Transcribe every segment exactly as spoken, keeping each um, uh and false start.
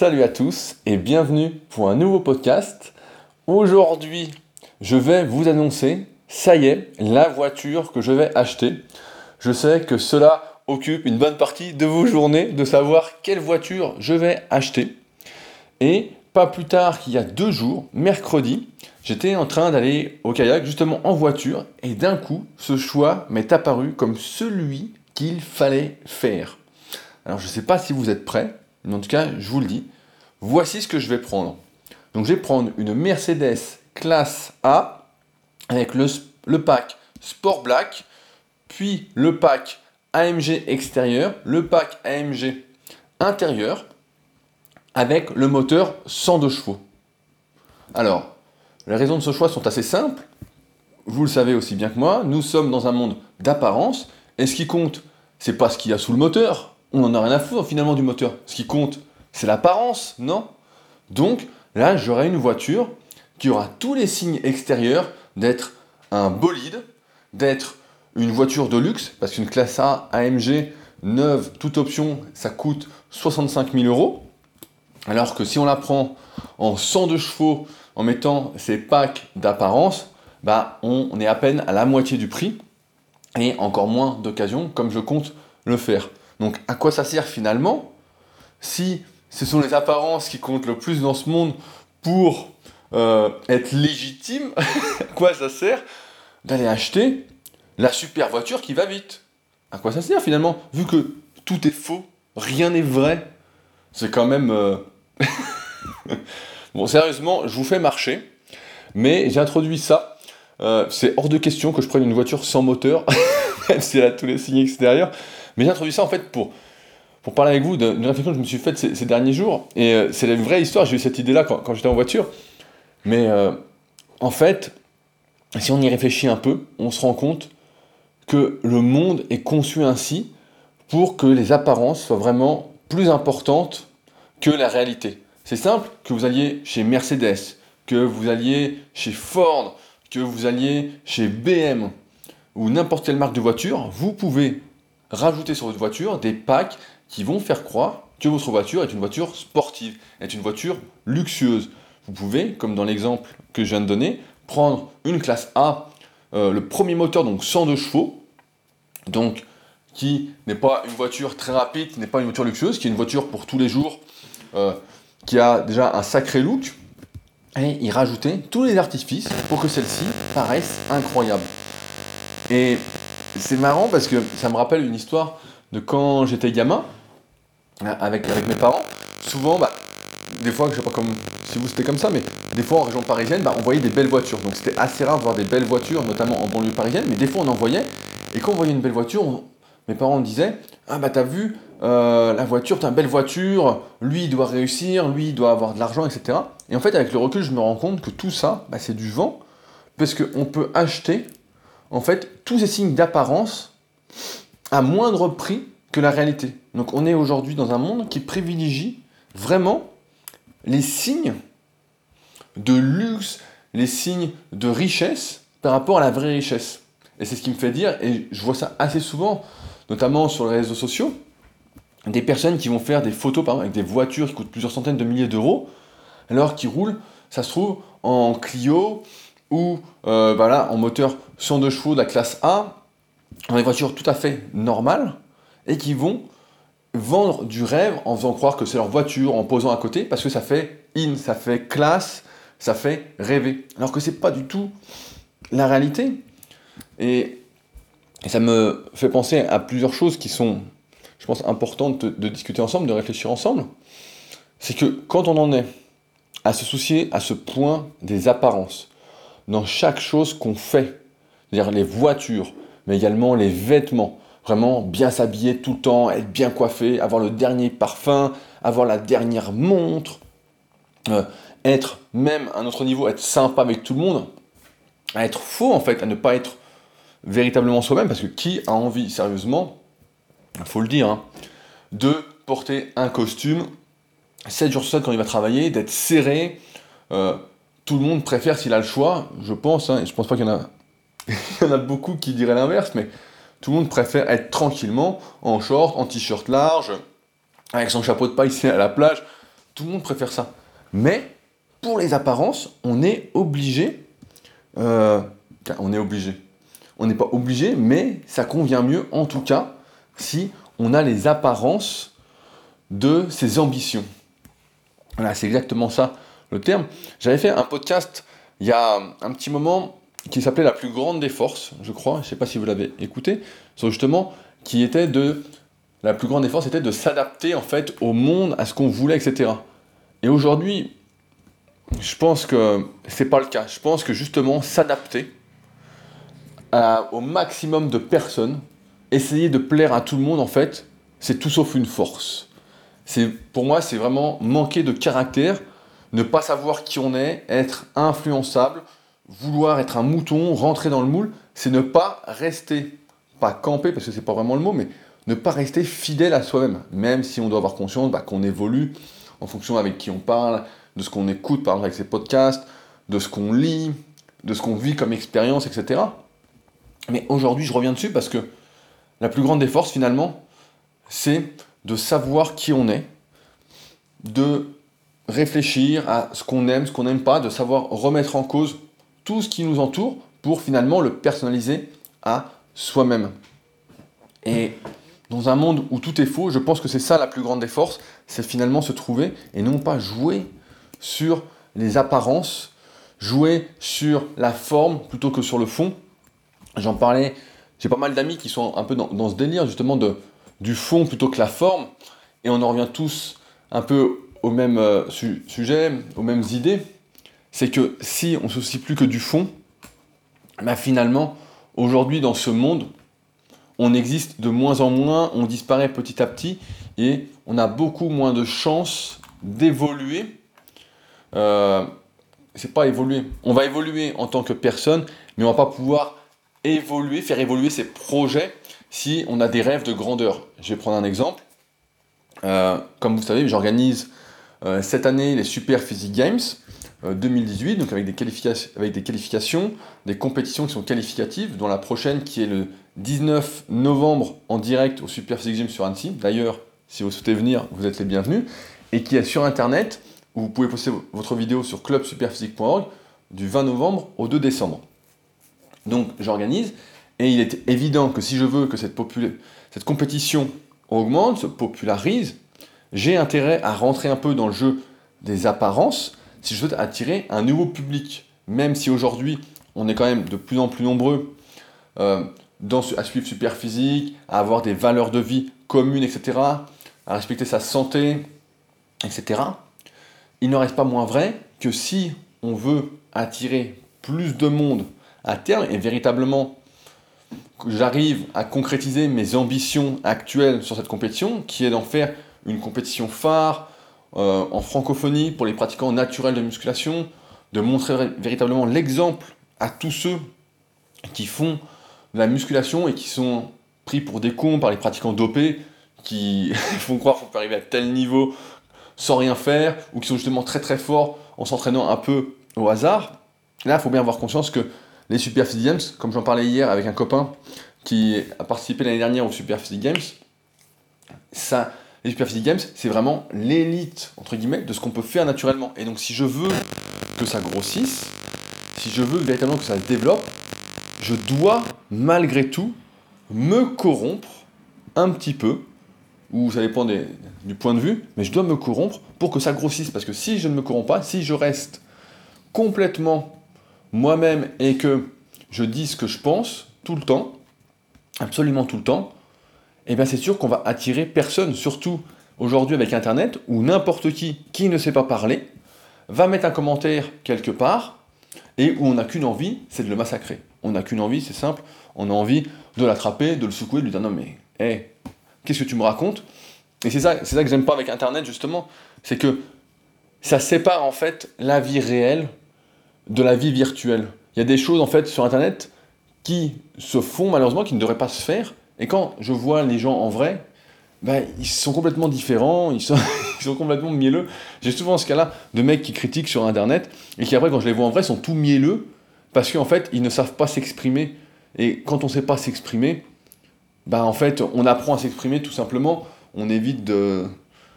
Salut à tous et bienvenue pour un nouveau podcast. Aujourd'hui, je vais vous annoncer, ça y est, la voiture que je vais acheter. Je sais que cela occupe une bonne partie de vos journées de savoir quelle voiture je vais acheter. Et pas plus tard qu'il y a deux jours, mercredi, j'étais en train d'aller au kayak justement en voiture et d'un coup, ce choix m'est apparu comme celui qu'il fallait faire. Alors je ne sais pas si vous êtes prêts, mais en tout cas, je vous le dis. Voici ce que je vais prendre. Donc je vais prendre une Mercedes classe A avec le, le pack Sport Black, puis le pack A M G extérieur, le pack A M G intérieur, avec le moteur cent deux chevaux. Alors, les raisons de ce choix sont assez simples. Vous le savez aussi bien que moi, nous sommes dans un monde d'apparence, et ce qui compte, c'est pas ce qu'il y a sous le moteur. On en a rien à foutre finalement du moteur. Ce qui compte, c'est l'apparence, non? Donc là, j'aurai une voiture qui aura tous les signes extérieurs d'être un bolide, d'être une voiture de luxe, parce qu'une classe A, A M G, neuve, toute option, ça coûte soixante-cinq mille euros. Alors que si on la prend en cent deux chevaux, en mettant ces packs d'apparence, bah on est à peine à la moitié du prix, et encore moins d'occasions, comme je compte le faire. Donc à quoi ça sert finalement si ce sont les apparences qui comptent le plus dans ce monde pour euh, être légitime? À quoi ça sert d'aller acheter la super voiture qui va vite? À quoi ça sert finalement? Vu que tout est faux, rien n'est vrai, c'est quand même... Euh... bon, sérieusement, je vous fais marcher, mais j'ai introduit ça. Euh, c'est hors de question que je prenne une voiture sans moteur, même si elle a tous les signes extérieurs. Mais j'ai introduit ça en fait pour, pour parler avec vous d'une réflexion que je me suis faite ces, ces derniers jours. Et euh, c'est la vraie histoire, j'ai eu cette idée-là quand, quand j'étais en voiture. Mais euh, en fait, si on y réfléchit un peu, on se rend compte que le monde est conçu ainsi pour que les apparences soient vraiment plus importantes que la réalité. C'est simple, que vous alliez chez Mercedes, que vous alliez chez Ford, que vous alliez chez B M ou n'importe quelle marque de voiture, vous pouvez rajouter sur votre voiture des packs qui vont faire croire que votre voiture est une voiture sportive, est une voiture luxueuse. Vous pouvez, comme dans l'exemple que je viens de donner, prendre une classe A, euh, le premier moteur, donc cent deux chevaux, donc qui n'est pas une voiture très rapide, qui n'est pas une voiture luxueuse, qui est une voiture pour tous les jours, euh, qui a déjà un sacré look, et y rajouter tous les artifices pour que celle-ci paraisse incroyable. Et c'est marrant parce que ça me rappelle une histoire de quand j'étais gamin, avec, avec mes parents. Souvent, bah, des fois, je sais pas comme, si vous c'était comme ça, mais des fois en région parisienne, bah, on voyait des belles voitures. Donc c'était assez rare de voir des belles voitures, notamment en banlieue parisienne, mais des fois on en voyait. Et quand on voyait une belle voiture, on, mes parents me disaient « Ah bah t'as vu, euh, la voiture, t'as une belle voiture, lui il doit réussir, lui il doit avoir de l'argent, et cetera » Et en fait, avec le recul, je me rends compte que tout ça, bah, c'est du vent, parce qu'on peut acheter en fait, tous ces signes d'apparence à moindre prix que la réalité. Donc on est aujourd'hui dans un monde qui privilégie vraiment les signes de luxe, les signes de richesse par rapport à la vraie richesse. Et c'est ce qui me fait dire, et je vois ça assez souvent, notamment sur les réseaux sociaux, des personnes qui vont faire des photos par exemple, avec des voitures qui coûtent plusieurs centaines de milliers d'euros, alors qu'ils roulent, ça se trouve, en Clio, ou euh, bah là, en moteur cent deux chevaux de la classe A, dans des voitures tout à fait normales, et qui vont vendre du rêve en faisant croire que c'est leur voiture, en posant à côté, parce que ça fait in, ça fait classe, ça fait rêver. Alors que c'est pas du tout la réalité. Et, et ça me fait penser à plusieurs choses qui sont, je pense, importantes de, de discuter ensemble, de réfléchir ensemble. C'est que quand on en est à se soucier à ce point des apparences, dans chaque chose qu'on fait, c'est-à-dire les voitures, mais également les vêtements, vraiment bien s'habiller tout le temps, être bien coiffé, avoir le dernier parfum, avoir la dernière montre, euh, être même à un autre niveau, être sympa avec tout le monde, à être faux en fait, à ne pas être véritablement soi-même, parce que qui a envie sérieusement, il faut le dire, hein, de porter un costume sept jours sur sept quand il va travailler, d'être serré, euh, tout le monde préfère s'il a le choix, je pense, hein, et je pense pas qu'il y en a, il y en a beaucoup qui diraient l'inverse, mais tout le monde préfère être tranquillement, en short, en t-shirt large, avec son chapeau de paille à la plage, Tout le monde préfère ça. Mais pour les apparences, on est obligé. Euh, on est obligé. On n'est pas obligé, mais ça convient mieux, en tout cas, si on a les apparences de ses ambitions. Voilà, c'est exactement ça le terme. J'avais fait un podcast il y a un petit moment qui s'appelait La plus grande des forces, je crois, je ne sais pas si vous l'avez écouté, sur justement, qui était de, la plus grande des forces était de s'adapter en fait au monde, à ce qu'on voulait, et cetera. Et aujourd'hui, je pense que c'est pas le cas. Je pense que justement, s'adapter à- au maximum de personnes, essayer de plaire à tout le monde, en fait, c'est tout sauf une force. C'est, pour moi, c'est vraiment manquer de caractère, ne pas savoir qui on est, être influençable, vouloir être un mouton, rentrer dans le moule, c'est ne pas rester, pas camper, parce que c'est pas vraiment le mot, mais ne pas rester fidèle à soi-même, même si on doit avoir conscience bah, qu'on évolue en fonction avec qui on parle, de ce qu'on écoute, par exemple avec ces podcasts, de ce qu'on lit, de ce qu'on vit comme expérience, et cetera. Mais aujourd'hui, je reviens dessus parce que la plus grande des forces, finalement, c'est de savoir qui on est, de réfléchir à ce qu'on aime, ce qu'on n'aime pas, de savoir remettre en cause tout ce qui nous entoure pour finalement le personnaliser à soi-même. Et dans un monde où tout est faux, je pense que c'est ça la plus grande des forces, c'est finalement se trouver et non pas jouer sur les apparences, jouer sur la forme plutôt que sur le fond. J'en parlais, j'ai pas mal d'amis qui sont un peu dans, dans ce délire justement de, du fond plutôt que la forme, et on en revient tous un peu au même euh, su- sujet, aux mêmes idées, c'est que si on ne se soucie plus que du fond, bah finalement, aujourd'hui dans ce monde, on existe de moins en moins, on disparaît petit à petit, et on a beaucoup moins de chances d'évoluer. Euh, c'est pas évoluer, on va évoluer en tant que personne, mais on va pas pouvoir évoluer, faire évoluer ses projets si on a des rêves de grandeur. Je vais prendre un exemple. Euh, comme vous savez, j'organise euh, cette année les Super Physique Games euh, deux mille dix-huit, donc avec des, qualifications, avec des qualifications, des compétitions qui sont qualificatives, dont la prochaine qui est le dix-neuf novembre en direct au Super Physique Games sur Annecy. D'ailleurs, si vous souhaitez venir, vous êtes les bienvenus. Et qui est sur Internet, où vous pouvez poster votre vidéo sur club superphysique point org du vingt novembre au deux décembre. Donc j'organise, et il est évident que si je veux que cette, popula- cette compétition augmente, se popularise, j'ai intérêt à rentrer un peu dans le jeu des apparences si je souhaite attirer un nouveau public. Même si aujourd'hui on est quand même de plus en plus nombreux euh, dans, à suivre Superphysique, à avoir des valeurs de vie communes, et cetera, à respecter sa santé, et cetera, il n'en reste pas moins vrai que si on veut attirer plus de monde à terme, et véritablement que j'arrive à concrétiser mes ambitions actuelles sur cette compétition, qui est d'en faire une compétition phare euh, en francophonie pour les pratiquants naturels de musculation, de montrer véritablement l'exemple à tous ceux qui font de la musculation et qui sont pris pour des cons par les pratiquants dopés, qui font croire qu'on peut arriver à tel niveau sans rien faire, ou qui sont justement très très forts en s'entraînant un peu au hasard. Là, il faut bien avoir conscience que les Super Physique Games, comme j'en parlais hier avec un copain qui a participé l'année dernière aux Super Physique Games, ça, les Super Physique Games, c'est vraiment l'élite, entre guillemets, de ce qu'on peut faire naturellement. Et donc, si je veux que ça grossisse, si je veux véritablement que ça se développe, je dois, malgré tout, me corrompre un petit peu, ou ça dépend des, du point de vue, mais je dois me corrompre pour que ça grossisse. Parce que si je ne me corromps pas, si je reste complètement moi-même et que je dis ce que je pense tout le temps, absolument tout le temps, et bien c'est sûr qu'on va attirer personne, surtout aujourd'hui avec Internet, où n'importe qui, qui ne sait pas parler, va mettre un commentaire quelque part, et où on n'a qu'une envie, c'est de le massacrer. On n'a qu'une envie, c'est simple, on a envie de l'attraper, de le secouer, de lui dire non mais, hé, hey, qu'est-ce que tu me racontes? Et c'est ça, c'est ça que j'aime pas avec Internet justement, c'est que ça sépare en fait la vie réelle de la vie virtuelle. Il y a des choses en fait sur Internet qui se font malheureusement, qui ne devraient pas se faire, et quand je vois les gens en vrai, ben, ils sont complètement différents, ils sont, ils sont complètement mielleux. J'ai souvent ce cas-là de mecs qui critiquent sur Internet, et qui après quand je les vois en vrai sont tout mielleux, parce qu'en fait ils ne savent pas s'exprimer, et quand on ne sait pas s'exprimer, ben en fait on apprend à s'exprimer tout simplement, on évite de,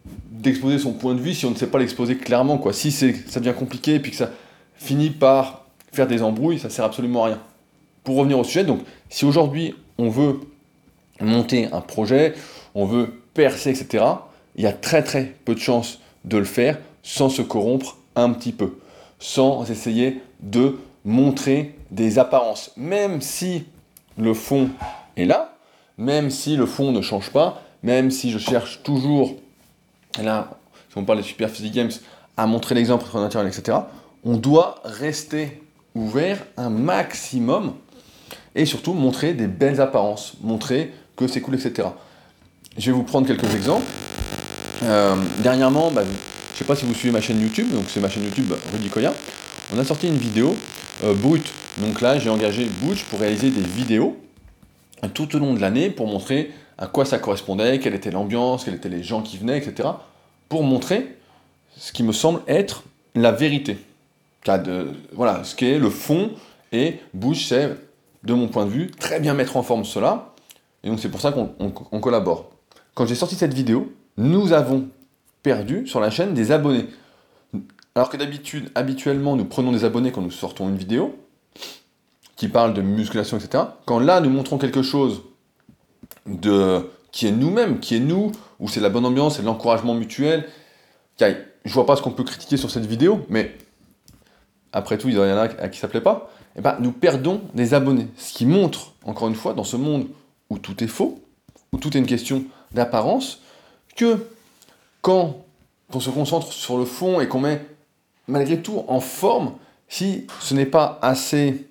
d'exposer son point de vue si on ne sait pas l'exposer clairement, quoi. Si c'est, ça devient compliqué et puis que ça finit par faire des embrouilles, ça sert absolument à rien. Pour revenir au sujet, donc, si aujourd'hui on veut monter un projet, on veut percer, et cetera, il y a très très peu de chances de le faire sans se corrompre un petit peu, sans essayer de montrer des apparences. Même si le fond est là, même si le fond ne change pas, même si je cherche toujours, là, si on parle des Super Physique Games, à montrer l'exemple entre naturel, et cetera, on doit rester ouvert un maximum et surtout montrer des belles apparences, montrer que c'est cool, et cetera. Je vais vous prendre quelques exemples. Euh, dernièrement, bah, je ne sais pas si vous suivez ma chaîne YouTube, donc c'est ma chaîne YouTube Rudy Koya. On a sorti une vidéo euh, brute. Donc là, j'ai engagé Butch pour réaliser des vidéos tout au long de l'année pour montrer à quoi ça correspondait, quelle était l'ambiance, quels étaient les gens qui venaient, et cetera. Pour montrer ce qui me semble être la vérité. De, voilà, ce qui est le fond, et Butch sait, de mon point de vue, très bien mettre en forme cela. Et donc c'est pour ça qu'on on, on collabore. Quand j'ai sorti cette vidéo, nous avons perdu sur la chaîne des abonnés. Alors que d'habitude, habituellement, nous prenons des abonnés quand nous sortons une vidéo qui parle de musculation, et cetera. Quand là, nous montrons quelque chose de, qui est nous-mêmes, qui est nous, où c'est la bonne ambiance, c'est l'encouragement mutuel, je vois pas ce qu'on peut critiquer sur cette vidéo, mais après tout, il y en a à qui ça plaît pas, et ben, nous perdons des abonnés. Ce qui montre, encore une fois, dans ce monde où tout est faux, où tout est une question d'apparence, que quand on se concentre sur le fond et qu'on met malgré tout en forme, si ce n'est pas assez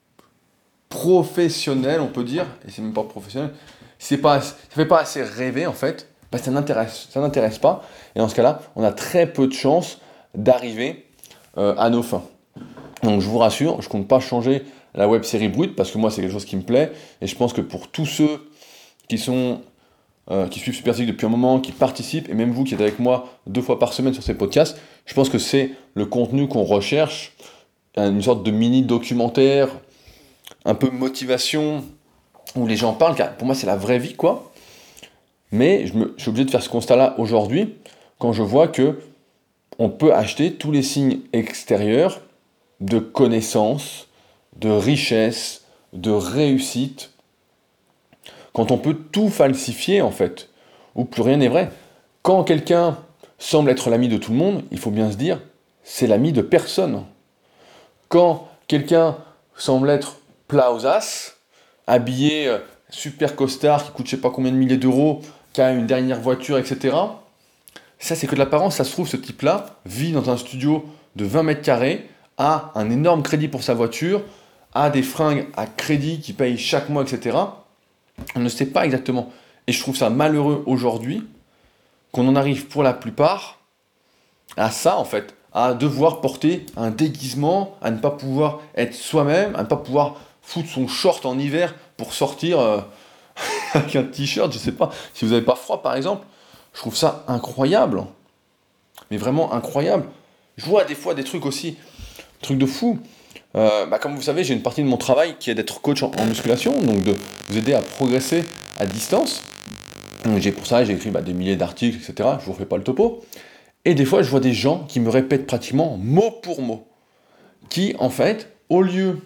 professionnel, on peut dire, et c'est même pas professionnel, si c'est pas, ça fait pas assez rêver en fait, bah ça n'intéresse, ça n'intéresse pas, et dans ce cas-là, on a très peu de chances d'arriver euh, à nos fins. Donc je vous rassure, je compte pas changer la web série brute parce que moi c'est quelque chose qui me plaît, et je pense que pour tous ceux qui sont Euh, qui suivent Super Physique depuis un moment, qui participent, et même vous qui êtes avec moi deux fois par semaine sur ces podcasts, je pense que c'est le contenu qu'on recherche, une sorte de mini-documentaire, un peu motivation, où les gens parlent, car pour moi c'est la vraie vie, quoi. Mais je, me, je suis obligé de faire ce constat-là aujourd'hui, quand je vois que on peut acheter tous les signes extérieurs de connaissance, de richesse, de réussite, quand on peut tout falsifier en fait, où plus rien n'est vrai. Quand quelqu'un semble être l'ami de tout le monde, il faut bien se dire, c'est l'ami de personne. Quand quelqu'un semble être plat aux as, habillé euh, super costard, qui coûte je sais pas combien de milliers d'euros, qui a une dernière voiture, et cetera, ça c'est que de l'apparence, ça se trouve, ce type-là vit dans un studio de vingt mètres carrés, a un énorme crédit pour sa voiture, a des fringues à crédit qui payent chaque mois, et cetera. On ne sait pas exactement. Et je trouve ça malheureux aujourd'hui qu'on en arrive pour la plupart à ça, en fait, à devoir porter un déguisement, à ne pas pouvoir être soi-même, à ne pas pouvoir foutre son short en hiver pour sortir euh, avec un t-shirt, je sais pas, si vous n'avez pas froid par exemple. Je trouve ça incroyable. Mais vraiment incroyable. Je vois des fois des trucs aussi, trucs de fou. Euh, bah comme vous savez, j'ai une partie de mon travail qui est d'être coach en, en musculation, donc de vous aider à progresser à distance. Donc j'ai pour ça, j'ai écrit bah, des milliers d'articles, et cetera. Je vous refais pas le topo. Et des fois, je vois des gens qui me répètent pratiquement mot pour mot, qui en fait, au lieu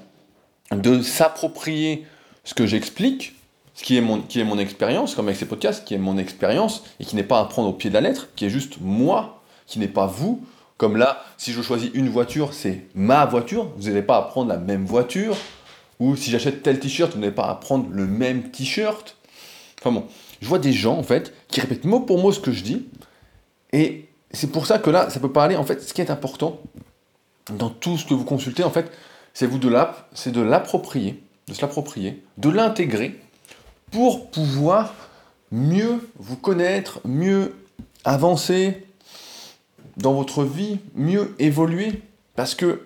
de s'approprier ce que j'explique, ce qui est mon, qui est mon expérience, comme avec ces podcasts, qui est mon expérience, et qui n'est pas à prendre au pied de la lettre, qui est juste moi, qui n'est pas vous. Comme là, si je choisis une voiture, c'est ma voiture, vous n'allez pas à prendre la même voiture, ou si j'achète tel t-shirt, vous n'allez pas à prendre le même t-shirt. Enfin bon, je vois des gens, en fait, qui répètent mot pour mot ce que je dis, et c'est pour ça que là, ça peut parler, en fait, ce qui est important, dans tout ce que vous consultez, en fait, c'est vous de l'app, c'est de l'approprier, de se l'approprier, de l'intégrer, pour pouvoir mieux vous connaître, mieux avancer dans votre vie, mieux évoluer, parce que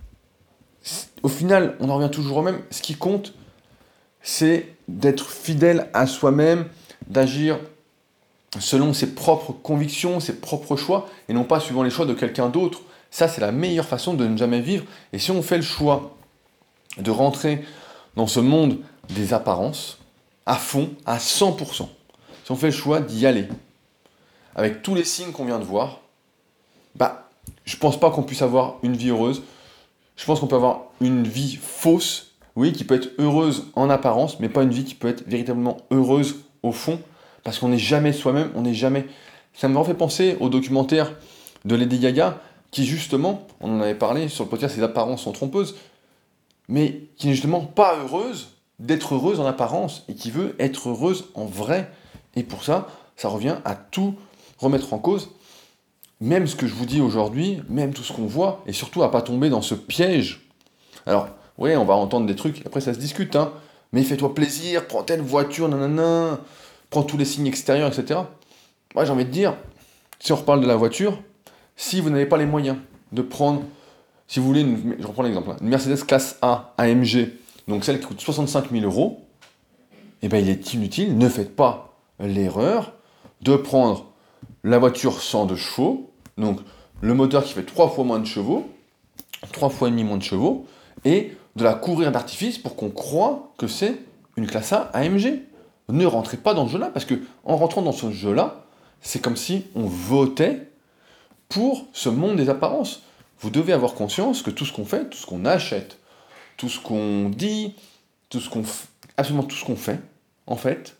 au final, on en revient toujours au même, ce qui compte, c'est d'être fidèle à soi-même, d'agir selon ses propres convictions, ses propres choix, et non pas suivant les choix de quelqu'un d'autre. Ça, c'est la meilleure façon de ne jamais vivre, et si on fait le choix de rentrer dans ce monde des apparences, à fond, à cent pour cent, si on fait le choix d'y aller, avec tous les signes qu'on vient de voir, bah, je pense pas qu'on puisse avoir une vie heureuse. Je pense qu'on peut avoir une vie fausse, oui, qui peut être heureuse en apparence, mais pas une vie qui peut être véritablement heureuse au fond, parce qu'on n'est jamais soi-même, on n'est jamais... Ça me fait penser au documentaire de Lady Gaga, qui justement, on en avait parlé sur le podcast, ses apparences sont trompeuses, mais qui n'est justement pas heureuse d'être heureuse en apparence, et qui veut être heureuse en vrai. Et pour ça, ça revient à tout remettre en cause, même ce que je vous dis aujourd'hui, même tout ce qu'on voit, et surtout à pas tomber dans ce piège. Alors, oui, on va entendre des trucs, après ça se discute, hein, mais fais-toi plaisir, prends telle voiture, nanana, prends tous les signes extérieurs, et cetera. Moi, j'ai envie de dire, si on reparle de la voiture, si vous n'avez pas les moyens de prendre, si vous voulez, une, je reprends l'exemple, hein, une Mercedes classe A, A M G, donc celle qui coûte soixante-cinq mille euros, eh ben il est inutile, ne faites pas l'erreur de prendre la voiture cent deux chevaux, donc le moteur qui fait trois fois moins de chevaux, trois fois et demi moins de chevaux, et de la courir d'artifice pour qu'on croie que c'est une classe A A M G. Ne rentrez pas dans ce jeu-là, parce que en rentrant dans ce jeu-là, c'est comme si on votait pour ce monde des apparences. Vous devez avoir conscience que tout ce qu'on fait, tout ce qu'on achète, tout ce qu'on dit, tout ce qu'on f... absolument tout ce qu'on fait, en fait,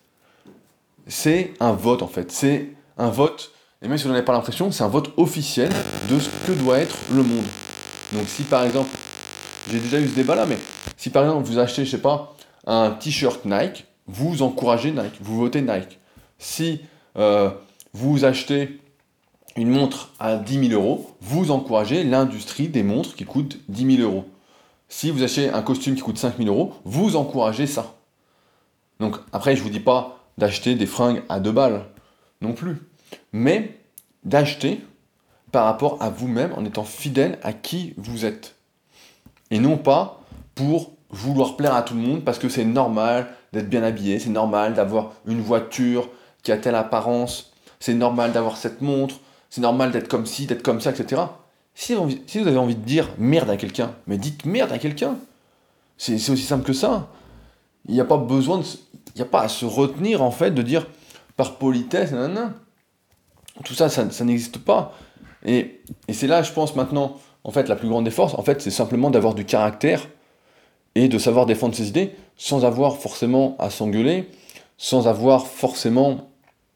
c'est un vote, en fait. C'est un vote, et même si vous n'en avez pas l'impression, c'est un vote officiel de ce que doit être le monde. Donc si par exemple, j'ai déjà eu ce débat-là, mais si par exemple vous achetez, je sais pas, un t-shirt Nike, vous encouragez Nike, vous votez Nike. Si euh, vous achetez une montre à dix mille euros, vous encouragez l'industrie des montres qui coûtent dix mille euros. Si vous achetez un costume qui coûte cinq mille euros, vous encouragez ça. Donc après, je vous dis pas d'acheter des fringues à deux balles, non plus. Mais d'acheter par rapport à vous-même en étant fidèle à qui vous êtes. Et non pas pour vouloir plaire à tout le monde parce que c'est normal d'être bien habillé, c'est normal d'avoir une voiture qui a telle apparence, c'est normal d'avoir cette montre, c'est normal d'être comme ci, d'être comme ça, et cetera. Si vous, si vous avez envie de dire merde à quelqu'un, mais dites merde à quelqu'un. C'est, c'est aussi simple que ça. Il n'y a pas besoin de... Il n'y a pas à se retenir, en fait, de dire par politesse, nanana. Tout ça, ça, ça n'existe pas. Et, et c'est là, je pense, maintenant, en fait, la plus grande des forces, en fait, c'est simplement d'avoir du caractère et de savoir défendre ses idées sans avoir forcément à s'engueuler, sans avoir forcément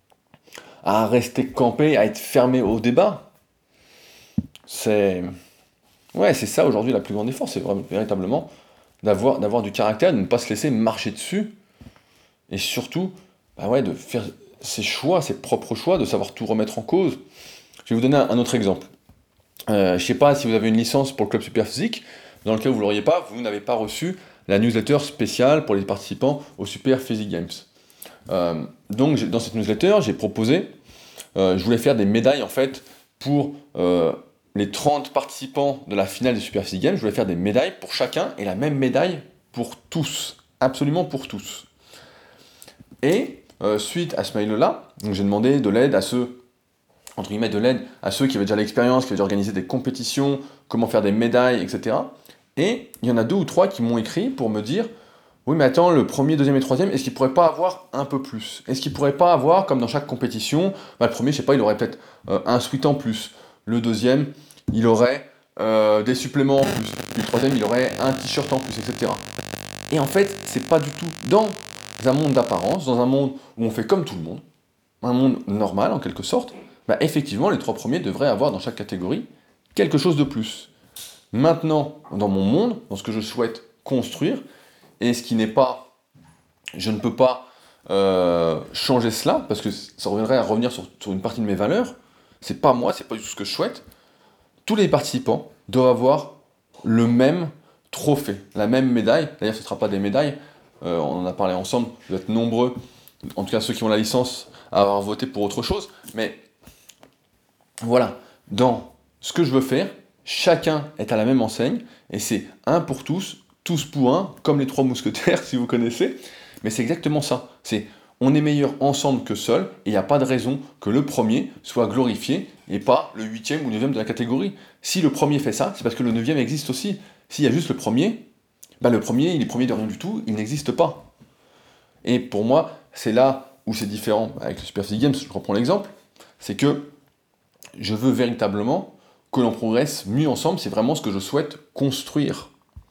à rester campé, à être fermé au débat. C'est... Ouais, c'est ça, aujourd'hui, la plus grande des forces, c'est vraiment, véritablement d'avoir, d'avoir du caractère, de ne pas se laisser marcher dessus, et surtout, bah ouais, de faire ses choix, ses propres choix, de savoir tout remettre en cause. Je vais vous donner un, un autre exemple. Euh, je sais pas si vous avez une licence pour le club Superphysique, dans lequel vous l'auriez pas, vous n'avez pas reçu la newsletter spéciale pour les participants au Super Physique Games. Euh, donc dans cette newsletter, j'ai proposé, euh, je voulais faire des médailles en fait pour euh, les trente participants de la finale des Super Physique Games, je voulais faire des médailles pour chacun et la même médaille pour tous, absolument pour tous. Et euh, suite à ce mail-là, donc j'ai demandé de l'aide à ceux, entre guillemets de l'aide à ceux qui avaient déjà l'expérience, qui avaient déjà organisé des compétitions, comment faire des médailles, et cetera. Et il y en a deux ou trois qui m'ont écrit pour me dire « Oui, mais attends, le premier, deuxième et troisième, est-ce qu'ils ne pourraient pas avoir un peu plus ? Est-ce qu'ils ne pourraient pas avoir, comme dans chaque compétition, bah, le premier, je sais pas, il aurait peut-être euh, un sweat en plus. Le deuxième, il aurait euh, des suppléments en plus. Puis le troisième, il aurait un t-shirt en plus, et cetera. Et en fait, c'est pas du tout dans un monde d'apparence, dans un monde où on fait comme tout le monde, un monde normal en quelque sorte, bah effectivement, les trois premiers devraient avoir dans chaque catégorie quelque chose de plus. Maintenant, dans mon monde, dans ce que je souhaite construire, et ce qui n'est pas, je ne peux pas euh, changer cela, parce que ça reviendrait à revenir sur, sur une partie de mes valeurs, c'est pas moi, c'est pas du tout ce que je souhaite, tous les participants doivent avoir le même trophée, la même médaille, d'ailleurs ce ne sera pas des médailles, euh, on en a parlé ensemble, vous êtes nombreux, en tout cas ceux qui ont la licence, à avoir voté pour autre chose, mais voilà, dans ce que je veux faire, chacun est à la même enseigne, et c'est un pour tous, tous pour un, comme les trois mousquetaires, si vous connaissez, mais c'est exactement ça, c'est on est meilleur ensemble que seul, et il n'y a pas de raison que le premier soit glorifié, et pas le huitième ou neuvième de la catégorie. Si le premier fait ça, c'est parce que le neuvième existe aussi. S'il y a juste le premier, bah le premier, il est premier de rien du tout, il n'existe pas. Et pour moi, c'est là où c'est différent avec le Super Physique Games, je reprends l'exemple, C'est que je veux véritablement que l'on progresse mieux ensemble, c'est vraiment ce que je souhaite construire.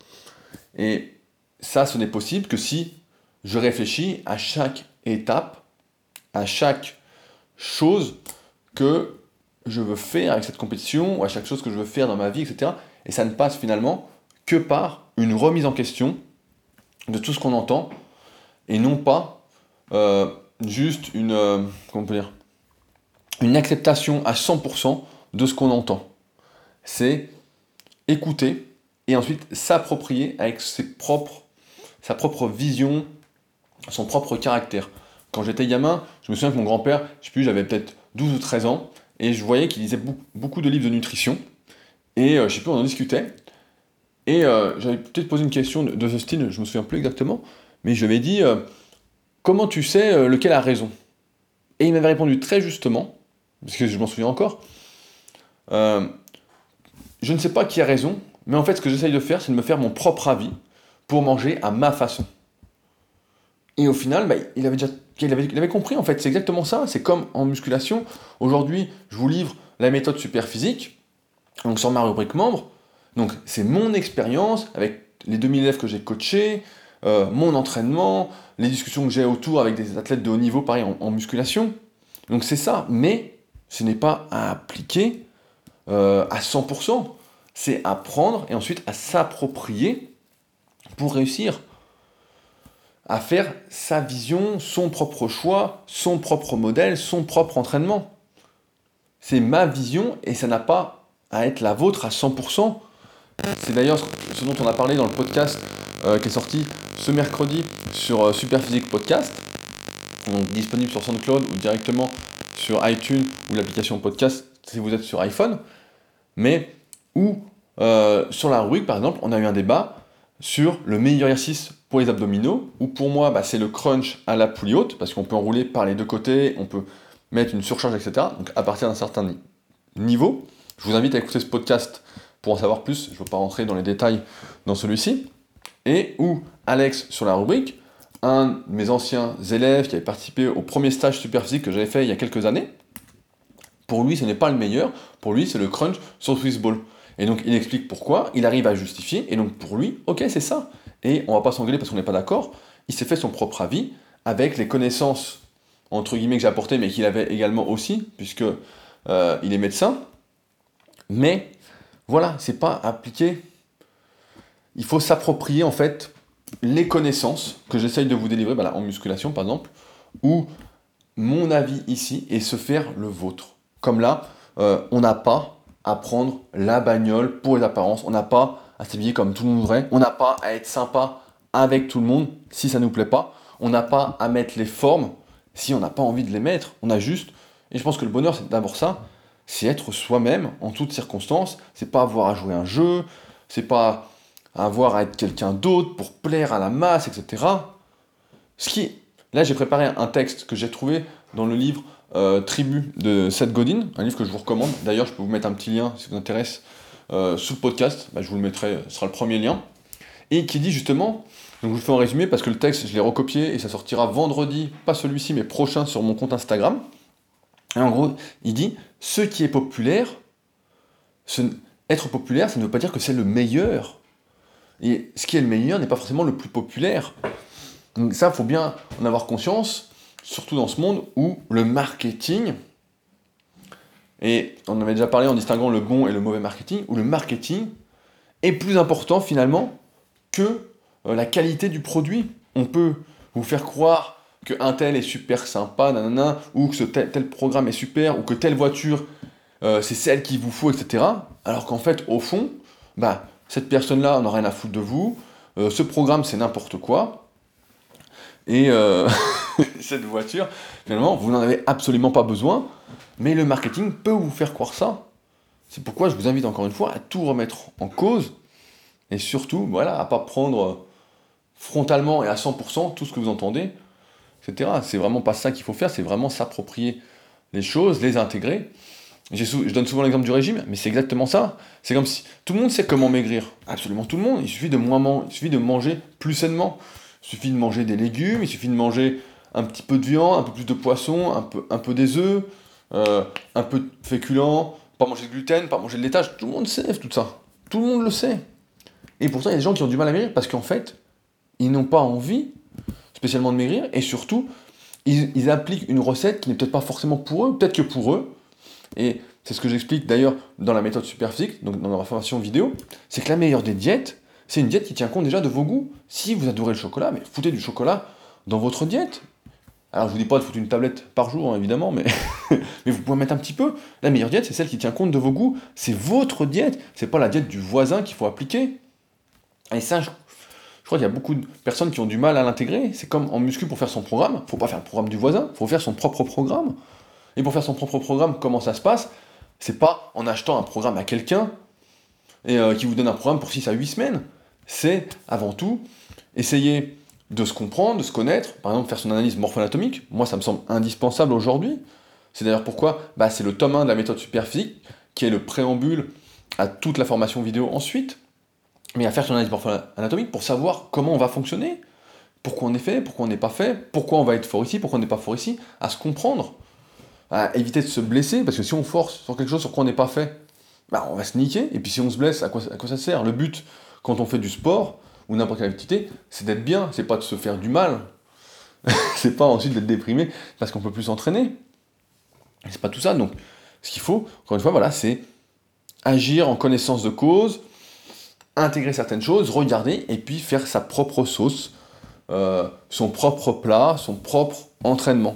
Et ça, ce n'est possible que si je réfléchis à chaque étape, à chaque chose que je veux faire avec cette compétition, ou à chaque chose que je veux faire dans ma vie, et cetera. Et ça ne passe finalement que par une remise en question de tout ce qu'on entend, et non pas euh, juste une, euh, comment on peut dire, une acceptation à cent pour cent de ce qu'on entend. C'est écouter et ensuite s'approprier avec ses propres, sa propre vision, son propre caractère. Quand j'étais gamin, je me souviens que mon grand-père, je sais plus, j'avais peut-être douze ou treize ans, et je voyais qu'il lisait beaucoup, beaucoup de livres de nutrition, et euh, je sais plus, on en discutait, et euh, j'avais peut-être posé une question de, de ce style, je me souviens plus exactement, mais je lui avais dit euh, comment tu sais euh, lequel a raison? Et il m'avait répondu très justement, parce que je m'en souviens encore, euh, je ne sais pas qui a raison, mais en fait ce que j'essaye de faire, c'est de me faire mon propre avis pour manger à ma façon. Et au final, bah, il avait déjà il avait, il avait compris en fait, c'est exactement ça, c'est comme en musculation. Aujourd'hui, je vous livre la méthode Superphysique, donc sur ma rubrique membre, donc c'est mon expérience avec les deux mille élèves que j'ai coachés, euh, mon entraînement, les discussions que j'ai autour avec des athlètes de haut niveau, pareil en, en musculation. Donc c'est ça, mais ce n'est pas à appliquer euh, à cent pour cent, c'est à prendre et ensuite à s'approprier pour réussir à faire sa vision, son propre choix, son propre modèle, son propre entraînement. C'est ma vision et ça n'a pas à être la vôtre à cent pour cent. C'est d'ailleurs ce dont on a parlé dans le podcast euh, qui est sorti ce mercredi sur euh, Superphysique Podcast, donc disponible sur SoundCloud ou directement sur iTunes ou l'application podcast si vous êtes sur iPhone, mais où euh, sur la rubrique par exemple on a eu un débat sur le meilleur exercice pour les abdominaux, où pour moi bah, c'est le crunch à la poulie haute, parce qu'on peut enrouler par les deux côtés, on peut mettre une surcharge, et cetera. Donc à partir d'un certain ni- niveau, je vous invite à écouter ce podcast pour en savoir plus, je ne veux pas rentrer dans les détails dans celui-ci, et où Alex, sur la rubrique, un de mes anciens élèves qui avait participé au premier stage Superphysique que j'avais fait il y a quelques années, pour lui ce n'est pas le meilleur, pour lui c'est le crunch sur Swiss Ball. Et donc il explique pourquoi, il arrive à justifier, et donc pour lui, ok c'est ça. Et on va pas s'engueuler parce qu'on n'est pas d'accord, il s'est fait son propre avis, avec les connaissances, entre guillemets, que j'ai apportées, mais qu'il avait également aussi, puisque euh, il est médecin. Mais, voilà, c'est pas appliqué. Il faut s'approprier, en fait, les connaissances que j'essaye de vous délivrer, bah là, en musculation, par exemple, ou mon avis ici, et se faire le vôtre. Comme là, euh, on n'a pas à prendre la bagnole pour les apparences, on n'a pas à s'habiller comme tout le monde voudrait, on n'a pas à être sympa avec tout le monde si ça ne nous plaît pas, on n'a pas à mettre les formes si on n'a pas envie de les mettre, on a juste, et je pense que le bonheur c'est d'abord ça, c'est être soi-même en toutes circonstances, c'est pas avoir à jouer un jeu, c'est pas avoir à être quelqu'un d'autre pour plaire à la masse, et cetera. Ce qui, là j'ai préparé un texte que j'ai trouvé dans le livre Euh, Tribu de Seth Godin, un livre que je vous recommande. D'ailleurs, je peux vous mettre un petit lien si vous intéresse euh, sous le podcast. Bah, je vous le mettrai, ce sera le premier lien. Et qui dit justement, donc je vous le fais en résumé parce que le texte, je l'ai recopié et ça sortira vendredi, pas celui-ci, mais prochain sur mon compte Instagram. Et en gros, il dit ce qui est populaire, ce, être populaire, ça ne veut pas dire que c'est le meilleur. Et ce qui est le meilleur n'est pas forcément le plus populaire. Donc ça, il faut bien en avoir conscience. Surtout dans ce monde où le marketing, et on en avait déjà parlé en distinguant le bon et le mauvais marketing, où le marketing est plus important finalement que euh, la qualité du produit. On peut vous faire croire qu'un tel est super sympa, nanana, ou que ce tel, tel programme est super, ou que telle voiture, euh, c'est celle qu'il vous faut, et cetera. Alors qu'en fait, au fond, bah, cette personne-là, on n'a rien à foutre de vous, euh, ce programme, c'est n'importe quoi, et euh, cette voiture, finalement, vous n'en avez absolument pas besoin, mais le marketing peut vous faire croire ça. C'est pourquoi je vous invite encore une fois à tout remettre en cause, et surtout, voilà, à pas prendre frontalement et à cent pour cent tout ce que vous entendez, et cetera. C'est vraiment pas ça qu'il faut faire, c'est vraiment s'approprier les choses, les intégrer. J'ai sou- je donne souvent l'exemple du régime, mais c'est exactement ça. C'est comme si tout le monde sait comment maigrir, absolument tout le monde. Il suffit de moins man- il suffit de manger plus sainement. Il suffit de manger des légumes, il suffit de manger un petit peu de viande, un peu plus de poisson, un peu, un peu des œufs, euh, un peu féculent, pas manger de gluten, pas manger de laitage, tout le monde sait tout ça. Tout le monde le sait. Et pourtant, il y a des gens qui ont du mal à maigrir parce qu'en fait, ils n'ont pas envie spécialement de maigrir et surtout, ils, ils appliquent une recette qui n'est peut-être pas forcément pour eux, peut-être que pour eux. Et c'est ce que j'explique d'ailleurs dans la méthode Superphysique, donc dans ma formation vidéo, c'est que la meilleure des diètes, c'est une diète qui tient compte déjà de vos goûts. Si vous adorez le chocolat, mais foutez du chocolat dans votre diète. Alors je vous dis pas de foutre une tablette par jour, hein, évidemment, mais, mais vous pouvez mettre un petit peu. La meilleure diète, c'est celle qui tient compte de vos goûts. C'est votre diète, c'est pas la diète du voisin qu'il faut appliquer. Et ça, je, je crois qu'il y a beaucoup de personnes qui ont du mal à l'intégrer. C'est comme en muscu pour faire son programme. Faut pas faire le programme du voisin, faut faire son propre programme. Et pour faire son propre programme, comment ça se passe? C'est pas en achetant un programme à quelqu'un et euh, qui vous donne un programme pour six à huit semaines. C'est avant tout essayer de se comprendre, de se connaître, par exemple faire son analyse morpho-anatomique. Moi, ça me semble indispensable aujourd'hui. C'est d'ailleurs pourquoi bah, c'est le tome un de la méthode Superphysique qui est le préambule à toute la formation vidéo ensuite. Mais à faire son analyse morpho-anatomique pour savoir comment on va fonctionner, pourquoi on est fait, pourquoi on n'est pas fait, pourquoi on va être fort ici, pourquoi on n'est pas fort ici, à se comprendre, à éviter de se blesser, parce que si on force sur quelque chose sur quoi on n'est pas fait, bah on va se niquer, et puis si on se blesse, à quoi, à quoi ça sert? Le but, quand on fait du sport, ou n'importe quelle activité, c'est d'être bien, c'est pas de se faire du mal, c'est pas ensuite d'être déprimé parce qu'on peut plus s'entraîner. C'est pas tout ça, donc ce qu'il faut, encore une fois, voilà, c'est agir en connaissance de cause, intégrer certaines choses, regarder, et puis faire sa propre sauce, euh, son propre plat, son propre entraînement.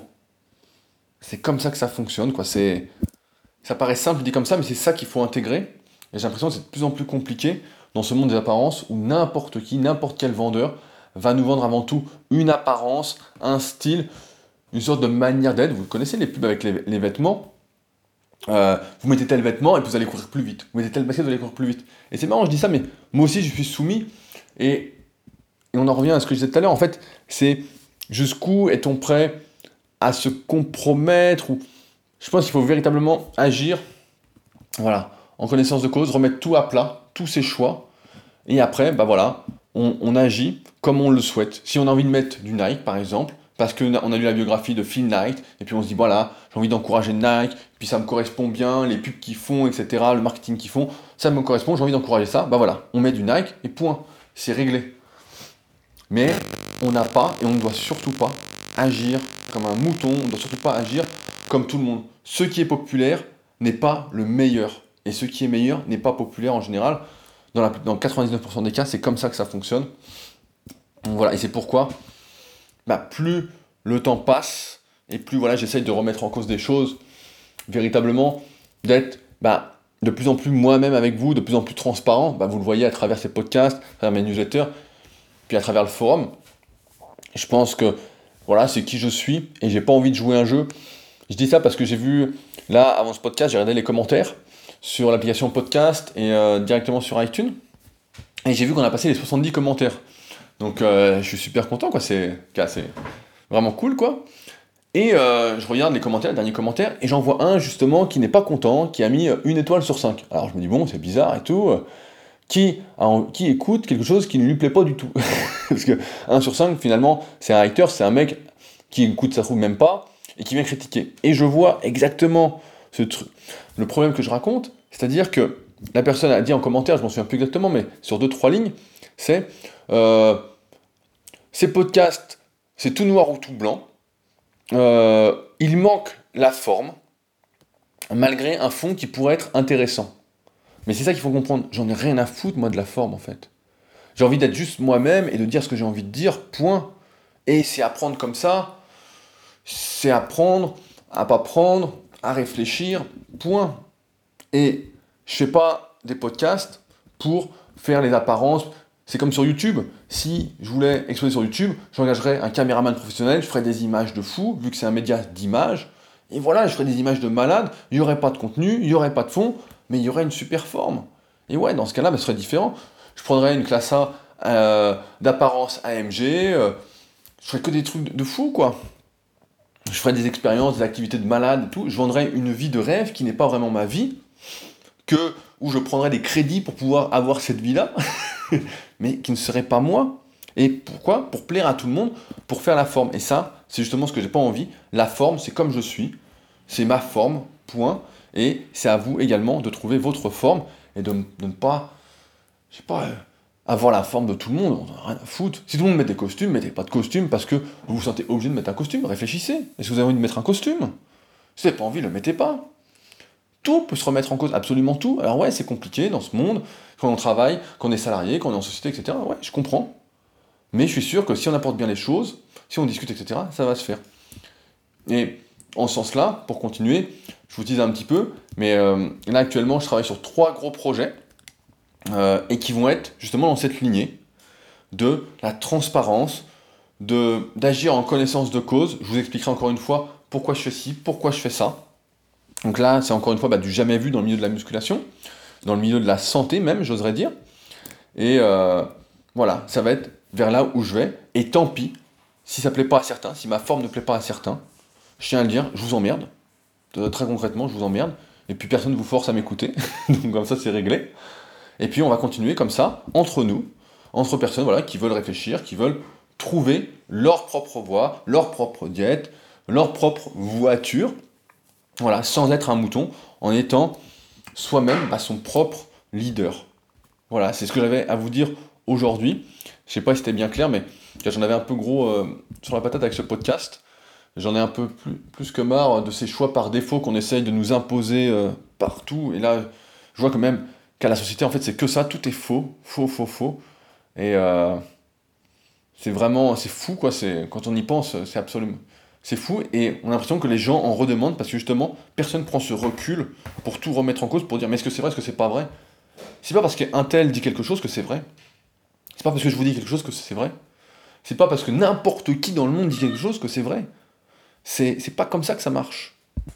C'est comme ça que ça fonctionne, quoi. C'est... Ça paraît simple dit comme ça, mais c'est ça qu'il faut intégrer. Et j'ai l'impression que c'est de plus en plus compliqué dans ce monde des apparences où n'importe qui, n'importe quel vendeur va nous vendre avant tout une apparence, un style, une sorte de manière d'être. Vous connaissez les pubs avec les, les vêtements. Euh, vous mettez tel vêtement et puis vous allez courir plus vite. Vous mettez tel basket, vous allez courir plus vite. Et c'est marrant, je dis ça, mais moi aussi je suis soumis. Et, et on en revient à ce que je disais tout à l'heure. En fait, c'est jusqu'où est-on prêt à se compromettre ou... Je pense qu'il faut véritablement agir, voilà, en connaissance de cause, remettre tout à plat, tous ses choix, et après, bah voilà, on, on agit comme on le souhaite. Si on a envie de mettre du Nike, par exemple, parce qu'on a lu la biographie de Phil Knight, et puis on se dit, voilà, j'ai envie d'encourager Nike, puis ça me correspond bien, les pubs qu'ils font, et cetera, le marketing qu'ils font, ça me correspond, j'ai envie d'encourager ça, bah voilà, on met du Nike, et point, c'est réglé. Mais on n'a pas, et on ne doit surtout pas, agir comme un mouton, on ne doit surtout pas agir comme tout le monde. Ce qui est populaire n'est pas le meilleur. Et ce qui est meilleur n'est pas populaire en général. Dans, la, dans quatre-vingt-dix-neuf pour cent des cas, c'est comme ça que ça fonctionne. Donc voilà, et c'est pourquoi bah, plus le temps passe, et plus voilà, j'essaye de remettre en cause des choses, véritablement, d'être bah, de plus en plus moi-même avec vous, de plus en plus transparent. Bah, vous le voyez à travers ces podcasts, à travers mes newsletters, puis à travers le forum. Je pense que voilà, c'est qui je suis, et j'ai pas envie de jouer un jeu. Je dis ça parce que j'ai vu, là, avant ce podcast, j'ai regardé les commentaires sur l'application podcast et euh, directement sur iTunes. Et j'ai vu qu'on a passé les soixante-dix commentaires. Donc euh, je suis super content, quoi. C'est, c'est vraiment cool, quoi. Et euh, je regarde les commentaires, les derniers commentaires, et j'en vois un, justement, qui n'est pas content, qui a mis une étoile sur cinq. Alors je me dis, bon, c'est bizarre et tout. Qui, a, qui écoute quelque chose qui ne lui plaît pas du tout. Parce que un sur cinq, finalement, c'est un hater, c'est un mec qui écoute, ça trouve même pas, et qui vient critiquer. Et je vois exactement ce truc, le problème que je raconte, c'est-à-dire que la personne a dit en commentaire, je m'en souviens plus exactement, mais sur deux trois lignes, c'est euh, ces podcasts, c'est tout noir ou tout blanc, euh, il manque la forme, malgré un fond qui pourrait être intéressant. Mais c'est ça qu'il faut comprendre, j'en ai rien à foutre, moi, de la forme, en fait. J'ai envie d'être juste moi-même et de dire ce que j'ai envie de dire, point. Et c'est apprendre comme ça, c'est apprendre à pas prendre, à réfléchir, point. Et je fais pas des podcasts pour faire les apparences. C'est comme sur YouTube. Si je voulais exposer sur YouTube, j'engagerais un caméraman professionnel, je ferais des images de fou, vu que c'est un média d'image. Et voilà, je ferais des images de malade, il n'y aurait pas de contenu, il n'y aurait pas de fond, mais il y aurait une super forme. Et ouais, dans ce cas-là, bah, ce serait différent. Je prendrais une classe A euh, d'apparence A M G, euh, je ferais que des trucs de, de fou, quoi. Je ferais des expériences, des activités de malade et tout. Je vendrais une vie de rêve qui n'est pas vraiment ma vie, que, où je prendrais des crédits pour pouvoir avoir cette vie-là, mais qui ne serait pas moi. Et pourquoi? Pour plaire à tout le monde, pour faire la forme. Et ça, c'est justement ce que j'ai pas envie. La forme, c'est comme je suis. c'est ma forme, point, et c'est à vous également de trouver votre forme, et de, de ne pas, je sais pas, euh, avoir la forme de tout le monde, on en a rien à foutre. Si tout le monde met des costumes, mettez pas de costume parce que vous vous sentez obligé de mettre un costume, réfléchissez. Est-ce que vous avez envie de mettre un costume? Si vous n'avez pas envie, ne le mettez pas. Tout peut se remettre en cause, absolument tout. Alors ouais, c'est compliqué dans ce monde, quand on travaille, quand on est salarié, quand on est en société, et cetera. Ouais, je comprends. Mais je suis sûr que si on apporte bien les choses, si on discute, et cetera, ça va se faire. Et en ce sens-là, pour continuer, je vous tease un petit peu, mais euh, là actuellement, je travaille sur trois gros projets, euh, et qui vont être justement dans cette lignée de la transparence, de, d'agir en connaissance de cause. Je vous expliquerai encore une fois pourquoi je fais ci, pourquoi je fais ça. Donc là, c'est encore une fois bah, du jamais vu dans le milieu de la musculation, dans le milieu de la santé même, j'oserais dire. Et euh, voilà, ça va être vers là où je vais. Et tant pis, si ça plaît pas à certains, si ma forme ne plaît pas à certains, je tiens à le dire, je vous emmerde. Euh, très concrètement, je vous emmerde. Et puis personne ne vous force à m'écouter. Donc comme ça, c'est réglé. Et puis on va continuer comme ça, entre nous, entre personnes voilà, qui veulent réfléchir, qui veulent trouver leur propre voie, leur propre diète, leur propre voiture. Voilà, sans être un mouton, en étant soi-même bah, son propre leader. Voilà, c'est ce que j'avais à vous dire aujourd'hui. Je sais pas si c'était bien clair, mais j'en avais un peu gros euh, sur la patate avec ce podcast. J'en ai un peu plus, plus que marre de ces choix par défaut qu'on essaye de nous imposer euh, partout. Et là, je vois quand même qu'à la société, en fait, c'est que ça, tout est faux, faux, faux, faux. Et euh, c'est vraiment, c'est fou, quoi. C'est, quand on y pense, c'est absolument... C'est fou, et on a l'impression que les gens en redemandent, parce que justement, personne ne prend ce recul pour tout remettre en cause, pour dire, mais est-ce que c'est vrai, est-ce que c'est pas vrai? C'est pas parce qu'un tel dit quelque chose que c'est vrai. C'est pas parce que je vous dis quelque chose que c'est vrai. C'est pas parce que n'importe qui dans le monde dit quelque chose que c'est vrai. C'est, c'est pas comme ça que ça marche.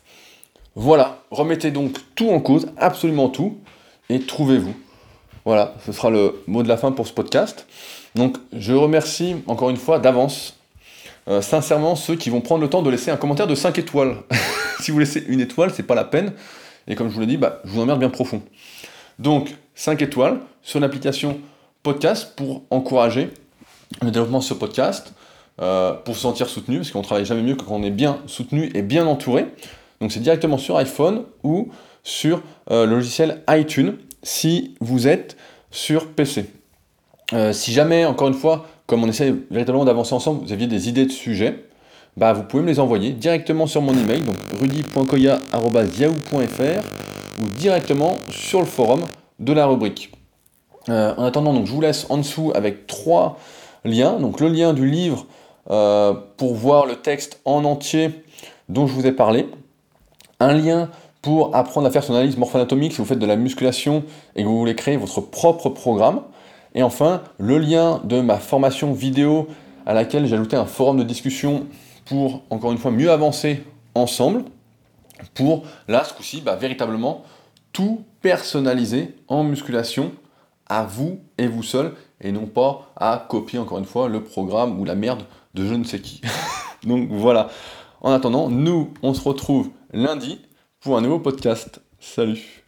Voilà, remettez donc tout en cause, absolument tout, et trouvez-vous. Voilà, ce sera le mot de la fin pour ce podcast. Donc, je remercie encore une fois d'avance Euh, sincèrement, ceux qui vont prendre le temps de laisser un commentaire de cinq étoiles. Si vous laissez une étoile, c'est pas la peine. Et comme je vous l'ai dit, bah, je vous emmerde bien profond. Donc, cinq étoiles sur l'application podcast pour encourager le développement de ce podcast, euh, pour se sentir soutenu, parce qu'on travaille jamais mieux que quand on est bien soutenu et bien entouré. Donc, c'est directement sur iPhone ou sur euh, le logiciel iTunes si vous êtes sur P C. Euh, si jamais, encore une fois, comme on essaie véritablement d'avancer ensemble, vous aviez des idées de sujets, bah vous pouvez me les envoyer directement sur mon email, donc rudy point koya arobase yahoo point fr, ou directement sur le forum de la rubrique. Euh, en attendant, donc, je vous laisse en dessous avec trois liens. Donc le lien du livre euh, pour voir le texte en entier dont je vous ai parlé, un lien pour apprendre à faire son analyse morpho-anatomique si vous faites de la musculation et que vous voulez créer votre propre programme. Et enfin, le lien de ma formation vidéo à laquelle j'ai ajouté un forum de discussion pour, encore une fois, mieux avancer ensemble, pour, là, ce coup-ci, bah, véritablement, tout personnaliser en musculation à vous et vous seul, et non pas à copier, encore une fois, le programme ou la merde de je ne sais qui. Donc voilà. En attendant, nous, on se retrouve lundi pour un nouveau podcast. Salut!